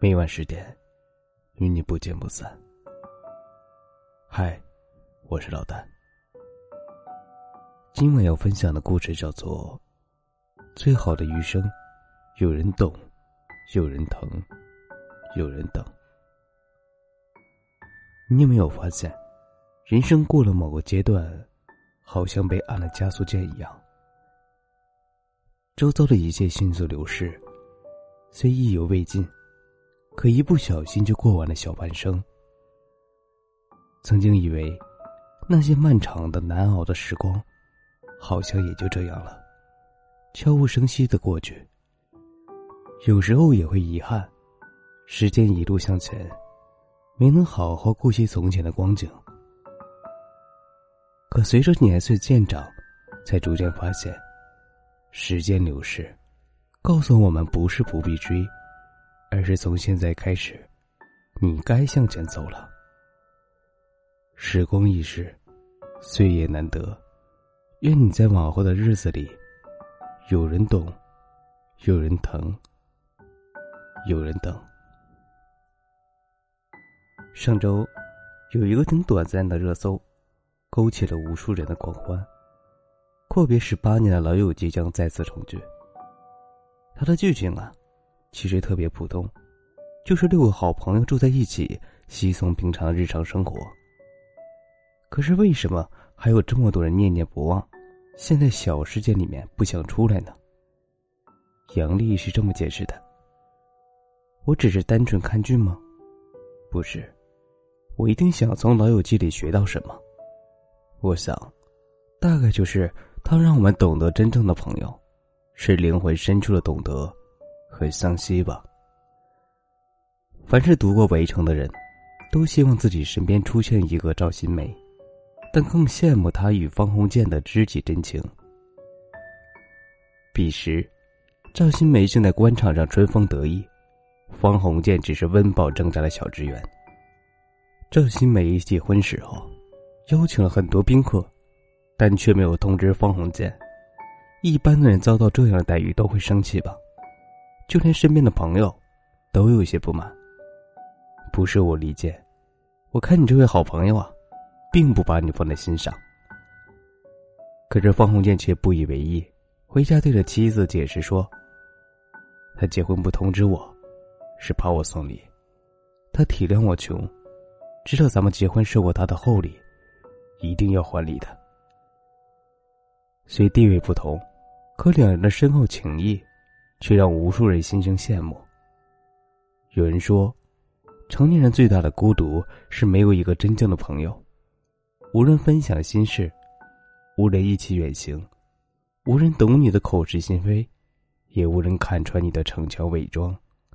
每晚10点，与你不见不散。嗨，我是老丹。今晚要分享的故事叫做《最好的余生》，有人懂，有人疼，有人等。你有没有发现，人生过了某个阶段，好像被按了加速键一样，周遭的一切迅速流逝，虽意犹未尽，可一不小心就过完了小半生。曾经以为那些漫长的难熬的时光好像也就这样了，悄无声息地过去。有时候也会遗憾，时间一路向前，没能好好顾惜从前的光景。可随着年岁渐长，才逐渐发现，时间流逝告诉我们，不是不必追，而是从现在开始，你该向前走了。时光易逝，岁月难得，愿你在往后的日子里，有人懂，有人疼，有人等。上周有一个挺短暂的热搜，勾起了无数人的狂欢。阔别18年的老友即将再次重聚。它的剧情其实特别普通，就是6个好朋友住在一起，稀松平常的日常生活。可是为什么还有这么多人念念不忘，陷在小世界里面不想出来呢？杨笠是这么解释的：我只是单纯看剧吗？不是，我一定想从老友记里学到什么。我想大概就是它让我们懂得真正的朋友是灵魂深处的懂得和相惜吧。凡是读过《围城》的人，都希望自己身边出现一个赵新梅，但更羡慕她与方鸿渐的知己真情。彼时赵新梅正在官场上春风得意，方鸿渐只是温饱挣扎的小职员。赵新梅结婚时候邀请了很多宾客，但却没有通知方鸿渐。一般的人遭到这样的待遇都会生气吧，就连身边的朋友都有些不满。不是我理解，我看你这位好朋友并不把你放在心上。可是方鸿渐却不以为意，回家对着妻子解释说，他结婚不通知我，是怕我送礼。他体谅我穷，知道咱们结婚受过他的厚礼，一定要还礼的。虽地位不同，可两人的深厚情谊却让无数人心生羡慕。有人说，成年人最大的孤独是没有一个真正的朋友，无人分享心事，无人一起远行，无人懂你的口是心非，也无人看穿你的逞强伪装。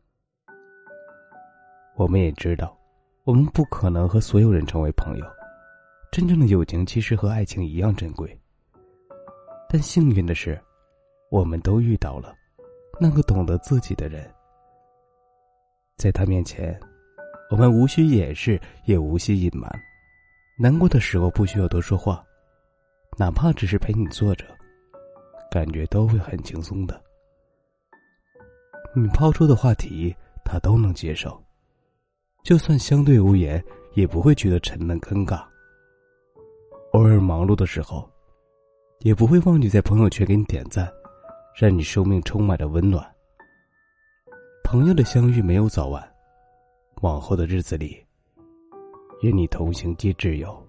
我们也知道，我们不可能和所有人成为朋友，真正的友情其实和爱情一样珍贵。但幸运的是，我们都遇到了那个懂得自己的人。在他面前，我们无需掩饰，也无需隐瞒。难过的时候不需要多说话，哪怕只是陪你坐着，感觉都会很轻松的。你抛出的话题他都能接受，就算相对无言，也不会觉得沉闷尴尬。偶尔忙碌的时候，也不会忘记在朋友圈给你点赞，让你生命充满着温暖。朋友的相遇没有早晚，往后的日子里，愿你同行皆挚友。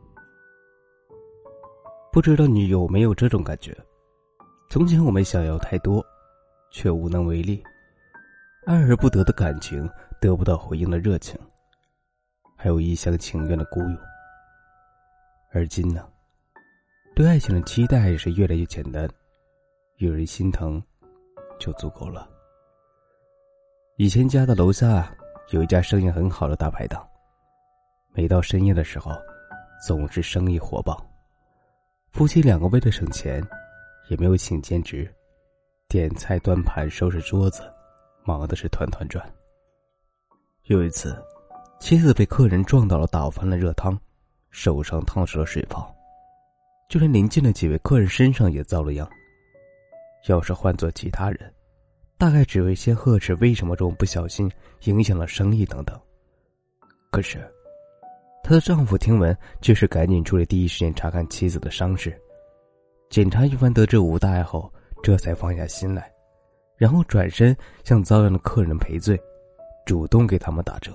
不知道你有没有这种感觉？从前我们想要太多，却无能为力，爱而不得的感情，得不到回应的热情，还有一厢情愿的孤勇。而今呢，对爱情的期待也是越来越简单，有人心疼就足够了。以前家的楼下有一家生意很好的大排档，每到深夜的时候总是生意火爆。夫妻2个为了省钱，也没有请兼职，点菜端盘收拾桌子，忙的是团团转。有一次，妻子被客人撞倒了，打翻了热汤，手上烫湿了水泡，就连邻近的几位客人身上也遭了殃。要是换做其他人， 大概只为先呵斥为什么这种不小心影响了生意等等。可是她的丈夫听闻，却是赶紧出来第一时间查看妻子的伤势，检查一番得知无大碍后，这才放下心来，然后转身向遭殃的客人赔罪，主动给他们打折。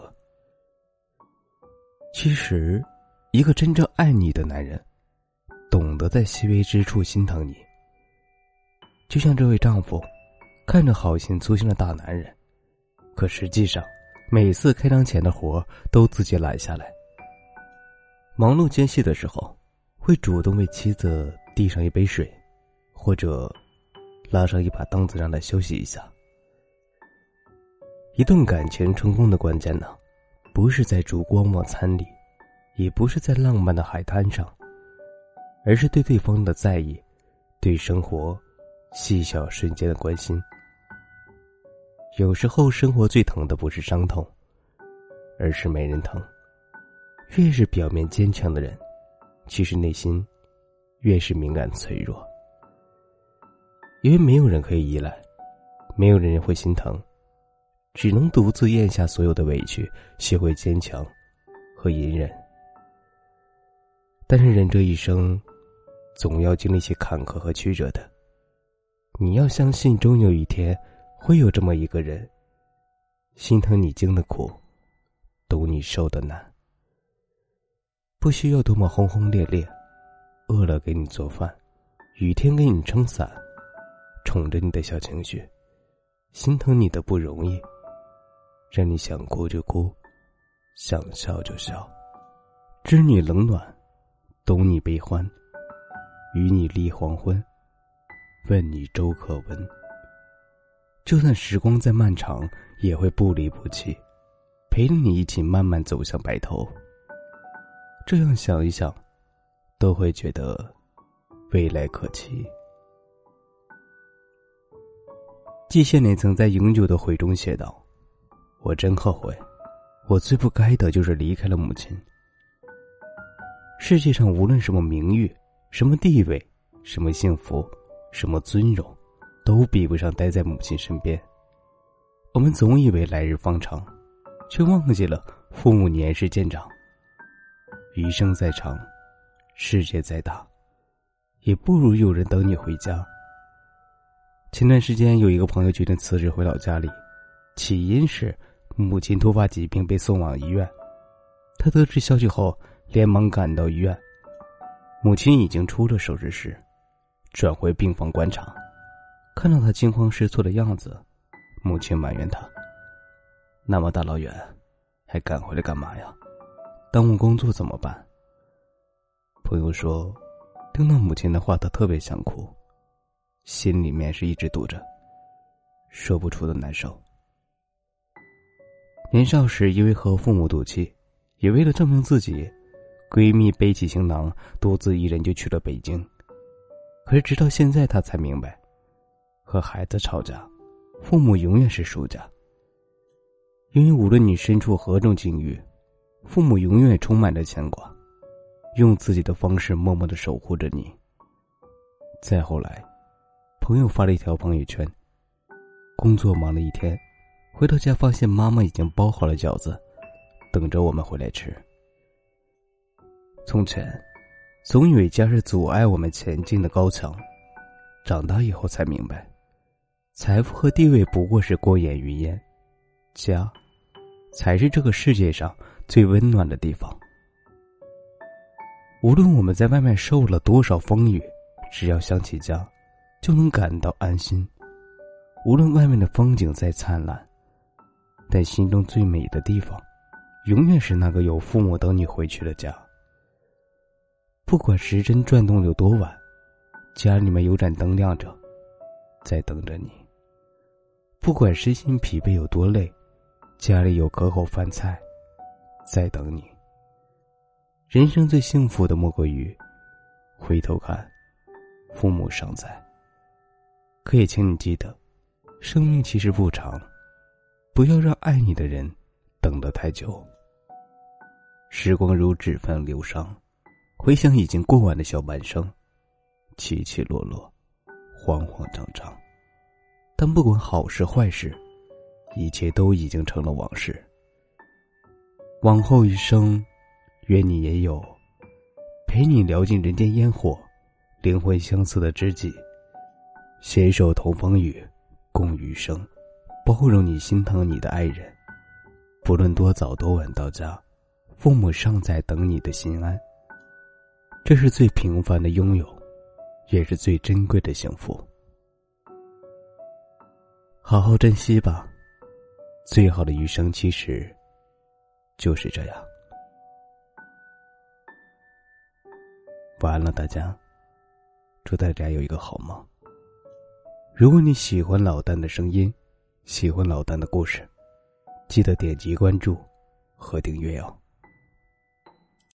其实一个真正爱你的男人，懂得在细微之处心疼你。就像这位丈夫，看着好心粗心的大男人，可实际上每次开张前的活都自己揽下来。忙碌间隙的时候，会主动为妻子递上一杯水，或者拉上一把凳子让她休息一下。一段感情成功的关键呢，不是在烛光晚餐里，也不是在浪漫的海滩上，而是对对方的在意，对生活细小瞬间的关心。有时候生活最疼的不是伤痛，而是没人疼。越是表面坚强的人，其实内心越是敏感脆弱。因为没有人可以依赖，没有人会心疼，只能独自咽下所有的委屈，学会坚强和隐忍。但是人这一生总要经历些坎坷和曲折的，你要相信终有一天会有这么一个人，心疼你经的苦，懂你受的难。不需要多么轰轰烈烈，饿了给你做饭，雨天给你撑伞，宠着你的小情绪，心疼你的不容易，让你想哭就哭，想笑就笑，知你冷暖，懂你悲欢，与你立黄昏，问你粥可温。就算时光再漫长，也会不离不弃，陪着你一起慢慢走向白头。这样想一想，都会觉得未来可期。季羡林曾在《永久的悔》中写道：我真后悔，我最不该的就是离开了母亲。世界上无论什么名誉，什么地位，什么幸福，什么尊荣，都比不上待在母亲身边。我们总以为来日方长，却忘记了父母年事渐长。余生再长，世界再大，也不如有人等你回家。前段时间有一个朋友决定辞职回老家里，起因是母亲突发疾病被送往医院。他得知消息后连忙赶到医院，母亲已经出了手术室，转回病房观察。看到他惊慌失措的样子，母亲埋怨他，那么大老远还赶回来干嘛呀？耽误工作怎么办？朋友说，听到母亲的话，他特别想哭，心里面是一直堵着，说不出的难受。年少时因为和父母赌气，也为了证明自己，闺蜜背起行囊，独自一人就去了北京。可是直到现在，她才明白，和孩子吵架，父母永远是输家。因为无论你身处何种境遇，父母永远充满着牵挂，用自己的方式默默地守护着你。再后来，朋友发了一条朋友圈，工作忙了一天，回到家发现妈妈已经包好了饺子，等着我们回来吃。从前总以为家是阻碍我们前进的高墙，长大以后才明白，财富和地位不过是过眼云烟，家才是这个世界上最温暖的地方。无论我们在外面受了多少风雨，只要想起家，就能感到安心。无论外面的风景再灿烂，但心中最美的地方，永远是那个有父母等你回去的家。不管时针转动有多晚，家里面有盏灯亮着，在等着你。不管身心疲惫有多累，家里有可口饭菜在等你。人生最幸福的莫过于回头看，父母尚在。可也请你记得，生命其实不长，不要让爱你的人等得太久。时光如指缝流伤，回想已经过完的小半生，起起落落，慌慌张张， 但不管好事坏事，一切都已经成了往事。往后余生，愿你也有陪你聊尽人间烟火，灵魂相似的知己，携手同风雨，共余生，包容你心疼你的爱人。不论多早多晚到家，父母尚在等你的心安。这是最平凡的拥有，也是最珍贵的幸福。好好珍惜吧，最好的余生其实就是这样。晚安了大家，祝大家有一个好梦。如果你喜欢老丹的声音，喜欢老丹的故事，记得点击关注和订阅哦。